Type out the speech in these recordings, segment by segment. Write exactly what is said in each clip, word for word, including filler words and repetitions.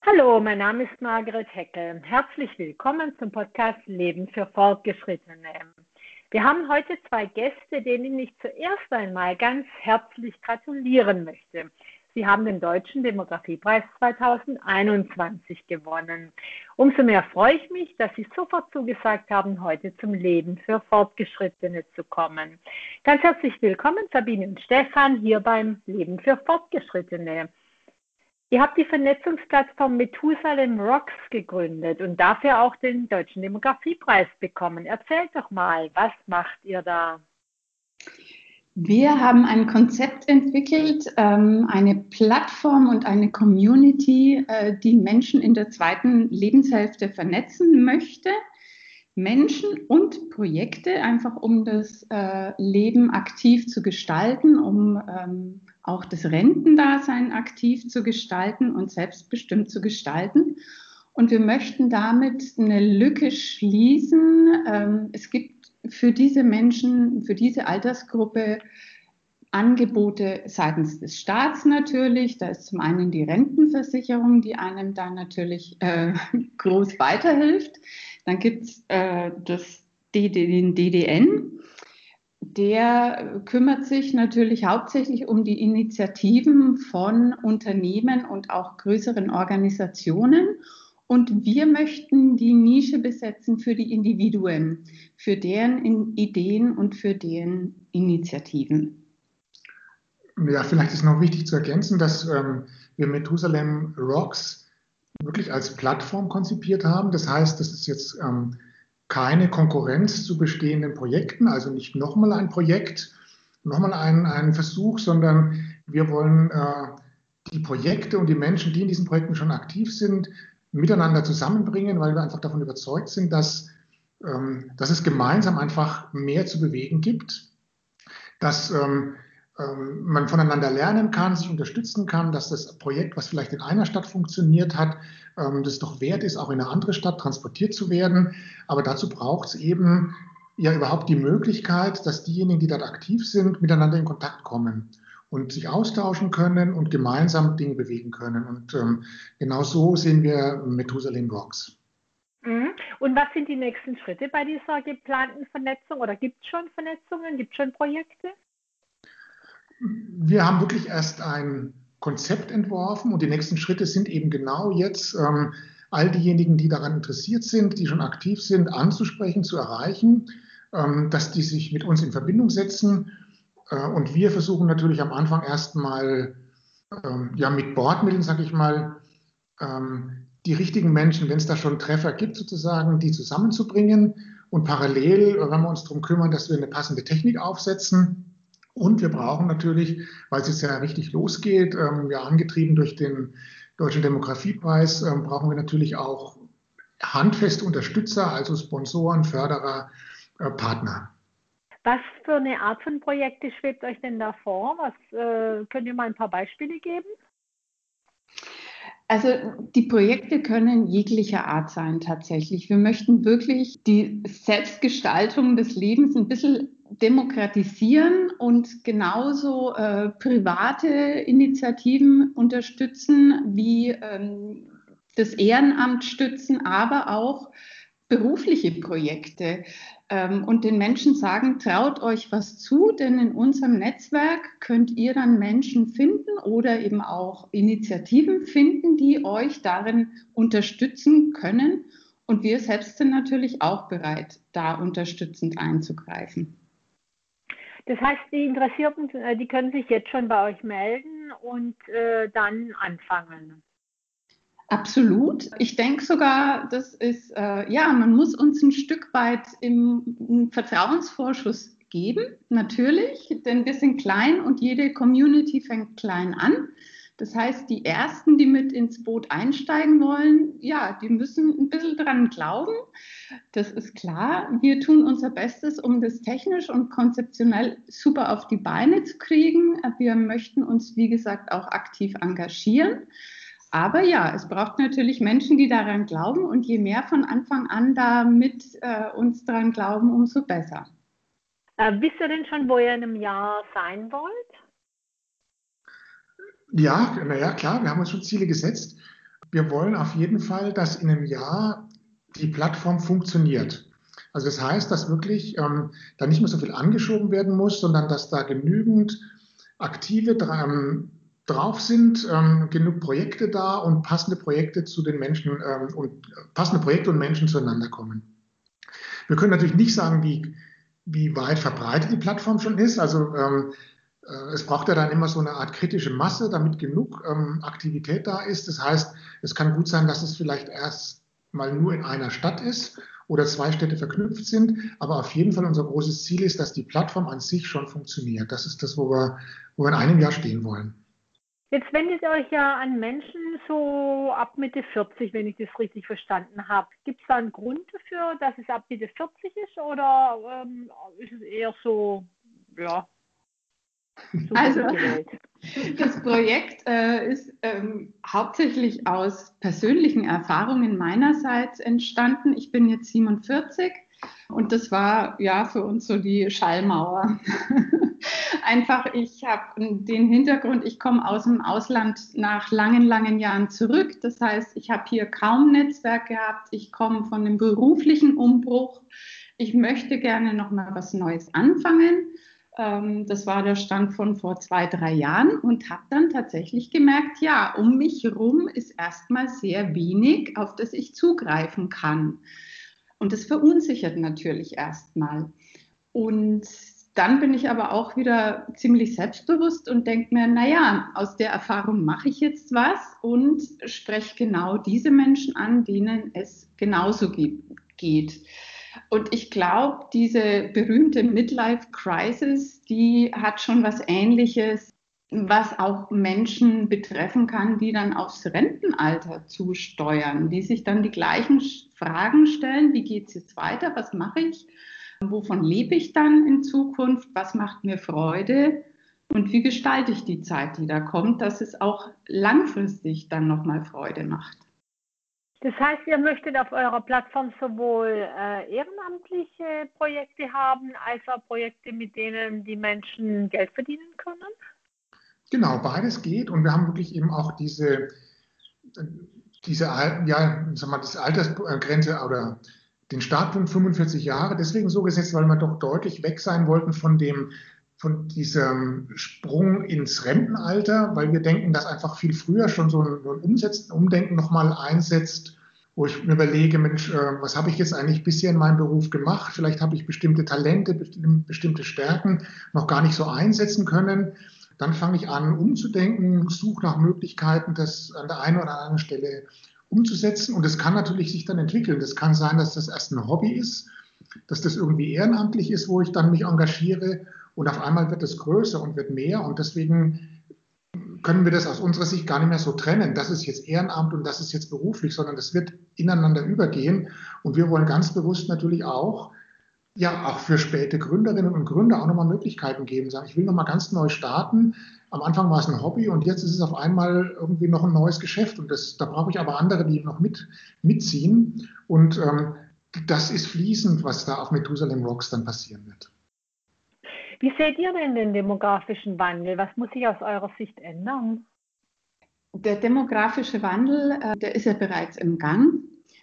Hallo, mein Name ist Margret Heckel. Herzlich willkommen zum Podcast Leben für Fortgeschrittene. Wir haben heute zwei Gäste, denen ich zuerst einmal ganz herzlich gratulieren möchte. Sie haben den Deutschen Demografiepreis zweitausendeinundzwanzig gewonnen. Umso mehr freue ich mich, dass Sie sofort zugesagt haben, heute zum Leben für Fortgeschrittene zu kommen. Ganz herzlich willkommen, Sabine und Stefan, hier beim Leben für Fortgeschrittene. Ihr habt die Vernetzungsplattform Methusalem Rocks gegründet und dafür auch den Deutschen Demografiepreis bekommen. Erzählt doch mal, was macht ihr da? Wir haben ein Konzept entwickelt, eine Plattform und eine Community, die Menschen in der zweiten Lebenshälfte vernetzen möchte. Menschen und Projekte, einfach um das Leben aktiv zu gestalten, um auch das Rentendasein aktiv zu gestalten und selbstbestimmt zu gestalten. Und wir möchten damit eine Lücke schließen. Es gibt für diese Menschen, für diese Altersgruppe Angebote seitens des Staats natürlich. Da ist zum einen die Rentenversicherung, die einem da natürlich äh, groß weiterhilft. Dann gibt es äh, das D D, den D D N. Der kümmert sich natürlich hauptsächlich um die Initiativen von Unternehmen und auch größeren Organisationen. Und wir möchten die Nische besetzen für die Individuen, für deren Ideen und für deren Initiativen. Ja, vielleicht ist noch wichtig zu ergänzen, dass ähm, wir Methusalem Rocks wirklich als Plattform konzipiert haben. Das heißt, das ist jetzt ähm, keine Konkurrenz zu bestehenden Projekten, also nicht nochmal ein Projekt, nochmal ein, ein Versuch, sondern wir wollen äh, die Projekte und die Menschen, die in diesen Projekten schon aktiv sind, miteinander zusammenbringen, weil wir einfach davon überzeugt sind, dass, ähm, dass es gemeinsam einfach mehr zu bewegen gibt, dass ähm, ähm, man voneinander lernen kann, sich unterstützen kann, dass das Projekt, was vielleicht in einer Stadt funktioniert hat, ähm, das doch wert ist, auch in eine andere Stadt transportiert zu werden. Aber dazu braucht es eben ja überhaupt die Möglichkeit, dass diejenigen, die dort aktiv sind, miteinander in Kontakt kommen und sich austauschen können und gemeinsam Dinge bewegen können. Und ähm, genau so sehen wir Methusalem Rocks. Und was sind die nächsten Schritte bei dieser geplanten Vernetzung? Oder gibt es schon Vernetzungen, gibt es schon Projekte? Wir haben wirklich erst ein Konzept entworfen und die nächsten Schritte sind eben genau jetzt, ähm, all diejenigen, die daran interessiert sind, die schon aktiv sind, anzusprechen, zu erreichen, ähm, dass die sich mit uns in Verbindung setzen. Und wir versuchen natürlich am Anfang erstmal ähm, ja, mit Bordmitteln, sage ich mal, ähm, die richtigen Menschen, wenn es da schon Treffer gibt, sozusagen, die zusammenzubringen. Und parallel werden wir uns darum kümmern, dass wir eine passende Technik aufsetzen. Und wir brauchen natürlich, weil es jetzt ja richtig losgeht, ähm, ja angetrieben durch den Deutschen Demografiepreis, ähm, brauchen wir natürlich auch handfeste Unterstützer, also Sponsoren, Förderer, äh, Partner. Was für eine Art von Projekte schwebt euch denn da vor? Was, äh, könnt ihr mal ein paar Beispiele geben? Also die Projekte können jeglicher Art sein tatsächlich. Wir möchten wirklich die Selbstgestaltung des Lebens ein bisschen demokratisieren und genauso äh, private Initiativen unterstützen, wie ähm, das Ehrenamt stützen, aber auch berufliche Projekte ähm, und den Menschen sagen, traut euch was zu, denn in unserem Netzwerk könnt ihr dann Menschen finden oder eben auch Initiativen finden, die euch darin unterstützen können. Und wir selbst sind natürlich auch bereit, da unterstützend einzugreifen. Das heißt, die Interessierten, die können sich jetzt schon bei euch melden und äh, dann anfangen. Absolut. Ich denke sogar, das ist, äh, ja, man muss uns ein Stück weit im, im Vertrauensvorschuss geben, natürlich, denn wir sind klein und jede Community fängt klein an. Das heißt, die Ersten, die mit ins Boot einsteigen wollen, ja, die müssen ein bisschen dran glauben. Das ist klar. Wir tun unser Bestes, um das technisch und konzeptionell super auf die Beine zu kriegen. Wir möchten uns, wie gesagt, auch aktiv engagieren. Aber ja, es braucht natürlich Menschen, die daran glauben und je mehr von Anfang an da mit äh, uns daran glauben, umso besser. Äh, wisst ihr denn schon, wo ihr in einem Jahr sein wollt? Ja, naja, klar, wir haben uns schon Ziele gesetzt. Wir wollen auf jeden Fall, dass in einem Jahr die Plattform funktioniert. Also das heißt, dass wirklich ähm, da nicht mehr so viel angeschoben werden muss, sondern dass da genügend Aktive dran, drauf sind, ähm, genug Projekte da und passende Projekte zu den Menschen ähm, und passende Projekte und Menschen zueinander kommen. Wir können natürlich nicht sagen, wie, wie weit verbreitet die Plattform schon ist. Also ähm, äh, es braucht ja dann immer so eine Art kritische Masse, damit genug ähm, Aktivität da ist. Das heißt, es kann gut sein, dass es vielleicht erst mal nur in einer Stadt ist oder zwei Städte verknüpft sind. Aber auf jeden Fall unser großes Ziel ist, dass die Plattform an sich schon funktioniert. Das ist das, wo wir, wo wir in einem Jahr stehen wollen. Jetzt wendet ihr euch ja an Menschen so ab Mitte vierzig, wenn ich das richtig verstanden habe. Gibt es da einen Grund dafür, dass es ab Mitte vierzig ist oder ähm, ist es eher so, ja, so Also gewählt? das Projekt äh, ist ähm, hauptsächlich aus persönlichen Erfahrungen meinerseits entstanden. Ich bin jetzt siebenundvierzig und das war ja für uns so die Schallmauer. Einfach, ich habe den Hintergrund, ich komme aus dem Ausland nach langen, langen Jahren zurück. Das heißt, ich habe hier kaum Netzwerk gehabt. Ich komme von einem beruflichen Umbruch. Ich möchte gerne noch mal was Neues anfangen. Das war der Stand von vor zwei, drei Jahren und habe dann tatsächlich gemerkt, ja, um mich herum ist erstmal sehr wenig, auf das ich zugreifen kann. Und das verunsichert natürlich erstmal. Und dann bin ich aber auch wieder ziemlich selbstbewusst und denke mir, naja, aus der Erfahrung mache ich jetzt was und spreche genau diese Menschen an, denen es genauso geht. Und ich glaube, diese berühmte Midlife-Crisis, die hat schon was Ähnliches, was auch Menschen betreffen kann, die dann aufs Rentenalter zusteuern, die sich dann die gleichen Fragen stellen, wie geht es jetzt weiter, was mache ich, wovon lebe ich dann in Zukunft, was macht mir Freude und wie gestalte ich die Zeit, die da kommt, dass es auch langfristig dann nochmal Freude macht. Das heißt, ihr möchtet auf eurer Plattform sowohl äh, ehrenamtliche Projekte haben, als auch Projekte, mit denen die Menschen Geld verdienen können? Genau, beides geht und wir haben wirklich eben auch diese, diese, ja, sag mal, diese Altersgrenze oder den Startpunkt fünfundvierzig Jahre deswegen so gesetzt, weil wir doch deutlich weg sein wollten von dem, von diesem Sprung ins Rentenalter, weil wir denken, dass einfach viel früher schon so ein, ein Umsetzen, Umdenken nochmal einsetzt, wo ich mir überlege, Mensch, was habe ich jetzt eigentlich bisher in meinem Beruf gemacht? Vielleicht habe ich bestimmte Talente, bestimmte Stärken noch gar nicht so einsetzen können. Dann fange ich an, umzudenken, suche nach Möglichkeiten, das an der einen oder anderen Stelle umzusetzen. Und es kann natürlich sich dann entwickeln. Das kann sein, dass das erst ein Hobby ist, dass das irgendwie ehrenamtlich ist, wo ich dann mich engagiere. Und auf einmal wird es größer und wird mehr. Und deswegen können wir das aus unserer Sicht gar nicht mehr so trennen. Das ist jetzt Ehrenamt und das ist jetzt beruflich, sondern das wird ineinander übergehen. Und wir wollen ganz bewusst natürlich auch, ja, auch für späte Gründerinnen und Gründer auch nochmal Möglichkeiten geben. Sagen, ich will nochmal ganz neu starten. Am Anfang war es ein Hobby und jetzt ist es auf einmal irgendwie noch ein neues Geschäft. Und das, da brauche ich aber andere, die noch mit, mitziehen. Und ähm, das ist fließend, was da auf Methusalem Rocks dann passieren wird. Wie seht ihr denn den demografischen Wandel? Was muss sich aus eurer Sicht ändern? Der demografische Wandel, der ist ja bereits im Gang.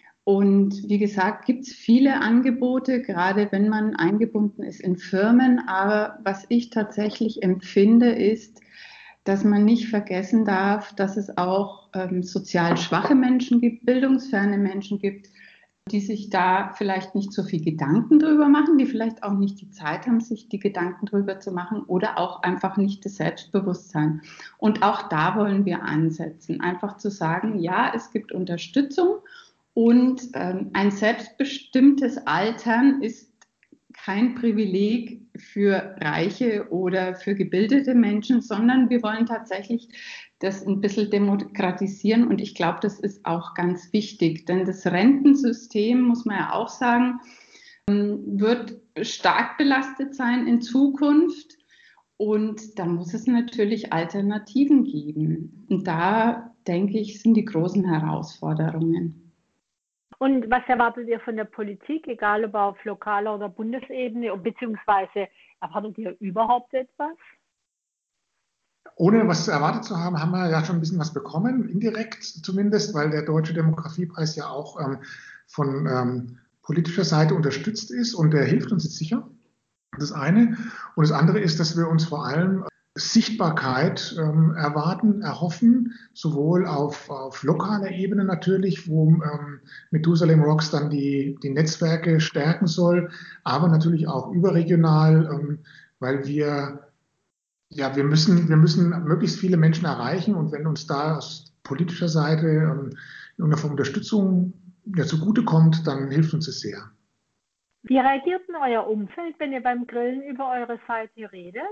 Und wie gesagt, gibt es viele Angebote, gerade wenn man eingebunden ist in Firmen. Aber was ich tatsächlich empfinde, ist, dass man nicht vergessen darf, dass es auch ähm, sozial schwache Menschen gibt, bildungsferne Menschen gibt, die sich da vielleicht nicht so viel Gedanken drüber machen, die vielleicht auch nicht die Zeit haben, sich die Gedanken drüber zu machen oder auch einfach nicht das Selbstbewusstsein. Und auch da wollen wir ansetzen, einfach zu sagen, ja, es gibt Unterstützung und ähm, ein selbstbestimmtes Altern ist kein Privileg für Reiche oder für gebildete Menschen, sondern wir wollen tatsächlich das ein bisschen demokratisieren und ich glaube, das ist auch ganz wichtig, denn das Rentensystem, muss man ja auch sagen, wird stark belastet sein in Zukunft und da muss es natürlich Alternativen geben und da, denke ich, sind die großen Herausforderungen. Und was erwartet ihr von der Politik, egal ob auf lokaler oder Bundesebene, beziehungsweise erwartet ihr überhaupt etwas? Ohne was erwartet zu haben, haben wir ja schon ein bisschen was bekommen, indirekt zumindest, weil der Deutsche Demografiepreis ja auch ähm, von ähm, politischer Seite unterstützt ist und der hilft uns jetzt sicher. Das eine. Und das andere ist, dass wir uns vor allem Sichtbarkeit ähm, erwarten, erhoffen, sowohl auf, auf lokaler Ebene natürlich, wo ähm, Methusalem Rocks dann die, die Netzwerke stärken soll, aber natürlich auch überregional, ähm, weil wir ja, wir müssen, wir müssen möglichst viele Menschen erreichen und wenn uns da aus politischer Seite ähm, irgendeine Form Unterstützung ja, zugutekommt, dann hilft uns das sehr. Wie reagiert denn euer Umfeld, wenn ihr beim Grillen über eure Seite redet?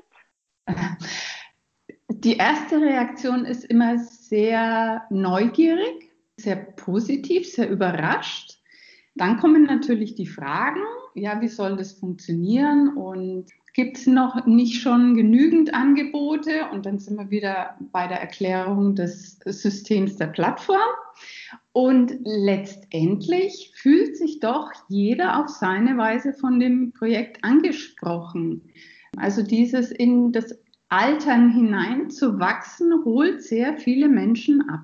Die erste Reaktion ist immer sehr neugierig, sehr positiv, sehr überrascht. Dann kommen natürlich die Fragen, ja, wie soll das funktionieren und gibt es noch nicht schon genügend Angebote? Und dann sind wir wieder bei der Erklärung des Systems der Plattform. Und letztendlich fühlt sich doch jeder auf seine Weise von dem Projekt angesprochen. Also dieses in das Altern hineinzuwachsen, holt sehr viele Menschen ab.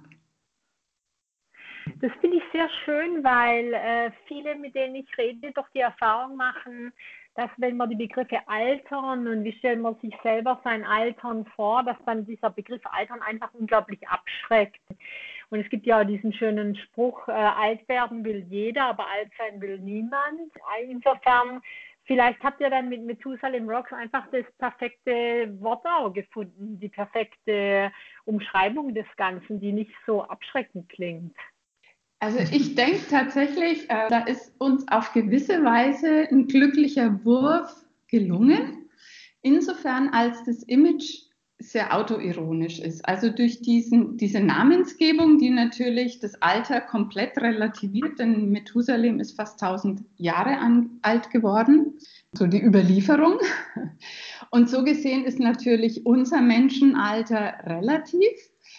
Das finde ich sehr schön, weil äh, viele, mit denen ich rede, doch die Erfahrung machen, dass wenn man die Begriffe Altern und wie stellt man sich selber sein Altern vor, dass dann dieser Begriff Altern einfach unglaublich abschreckt. Und es gibt ja diesen schönen Spruch, äh, alt werden will jeder, aber alt sein will niemand. Insofern, vielleicht habt ihr dann mit Methusalem Rocks einfach das perfekte Wort auch gefunden, die perfekte Umschreibung des Ganzen, die nicht so abschreckend klingt. Also ich denke tatsächlich, äh, da ist uns auf gewisse Weise ein glücklicher Wurf gelungen, insofern als das Image sehr autoironisch ist. Also durch diesen, diese Namensgebung, die natürlich das Alter komplett relativiert, denn Methusalem ist fast tausend Jahre an, alt geworden, so die Überlieferung. Und so gesehen ist natürlich unser Menschenalter relativ.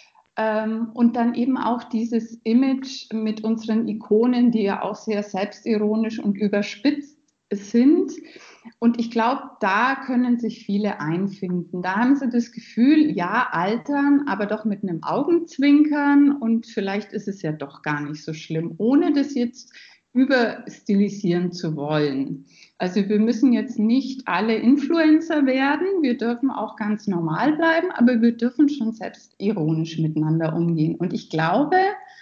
Und dann eben auch dieses Image mit unseren Ikonen, die ja auch sehr selbstironisch und überspitzt sind. Und ich glaube, da können sich viele einfinden. Da haben sie das Gefühl, ja, altern, aber doch mit einem Augenzwinkern und vielleicht ist es ja doch gar nicht so schlimm, ohne das jetzt überstilisieren zu wollen. Also wir müssen jetzt nicht alle Influencer werden, wir dürfen auch ganz normal bleiben, aber wir dürfen schon selbst ironisch miteinander umgehen. Und ich glaube,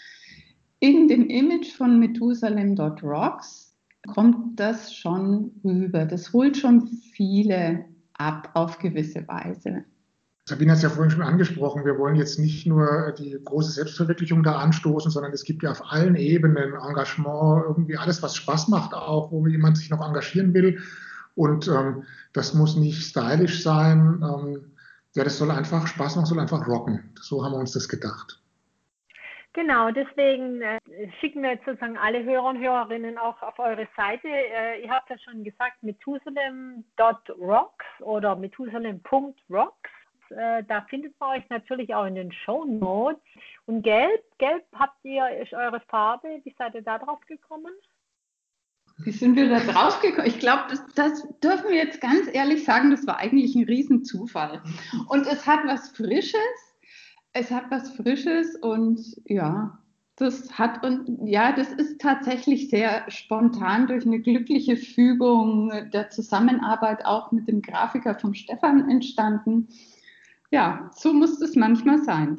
in dem Image von Methusalem Dot Rocks kommt das schon rüber. Das holt schon viele ab auf gewisse Weise. Sabine hat es ja vorhin schon angesprochen, wir wollen jetzt nicht nur die große Selbstverwirklichung da anstoßen, sondern es gibt ja auf allen Ebenen Engagement, irgendwie alles, was Spaß macht auch, wo jemand sich noch engagieren will. Und ähm, das muss nicht stylisch sein. Ähm, ja, das soll einfach Spaß machen, soll einfach rocken. So haben wir uns das gedacht. Genau, deswegen äh, schicken wir jetzt sozusagen alle Hörer und Hörerinnen auch auf eure Seite. Äh, ihr habt ja schon gesagt, Methusalem Dot Rocks oder Methusalem Punkt Rocks. Äh, da findet man euch natürlich auch in den Shownotes. Und Gelb, Gelb habt ihr, ist eure Farbe. Wie seid ihr da drauf gekommen? Wie sind wir da drauf gekommen? Ich glaube, das, das dürfen wir jetzt ganz ehrlich sagen, das war eigentlich ein Riesenzufall. Und es hat was Frisches. Es hat was Frisches und ja, das hat und ja, das ist tatsächlich sehr spontan durch eine glückliche Fügung der Zusammenarbeit auch mit dem Grafiker vom Stefan entstanden. Ja, so muss es manchmal sein.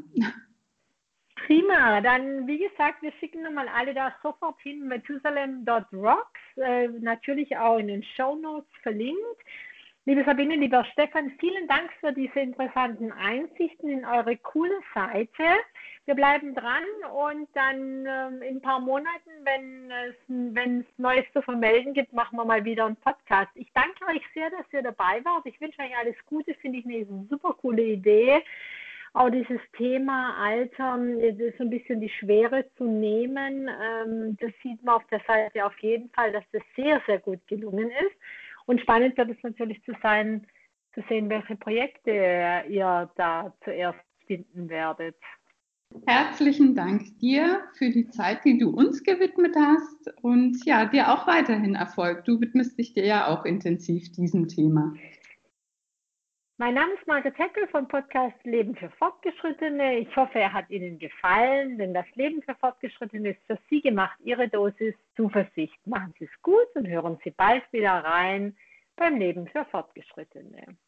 Prima, dann wie gesagt, wir schicken nochmal alle da sofort hin, Methusalem Dot Rocks, äh, natürlich auch in den Shownotes verlinkt. Liebe Sabine, lieber Stefan, vielen Dank für diese interessanten Einsichten in eure coole Seite. Wir bleiben dran und dann ähm, in ein paar Monaten, wenn es, wenn es Neues zu vermelden gibt, machen wir mal wieder einen Podcast. Ich danke euch sehr, dass ihr dabei wart. Ich wünsche euch alles Gute, finde ich eine super coole Idee. Auch dieses Thema Altern, das ist so ein bisschen die Schwere zu nehmen. Ähm, das sieht man auf der Seite auf jeden Fall, dass das sehr, sehr gut gelungen ist. Und spannend wird es natürlich zu sein, zu sehen, welche Projekte ihr da zuerst finden werdet. Herzlichen Dank dir für die Zeit, die du uns gewidmet hast und ja, dir auch weiterhin Erfolg. Du widmest dich dir ja auch intensiv diesem Thema. Mein Name ist Margret Heckel vom Podcast Leben für Fortgeschrittene. Ich hoffe, er hat Ihnen gefallen, denn das Leben für Fortgeschrittene ist für Sie gemacht. Ihre Dosis Zuversicht. Machen Sie es gut und hören Sie bald wieder rein beim Leben für Fortgeschrittene.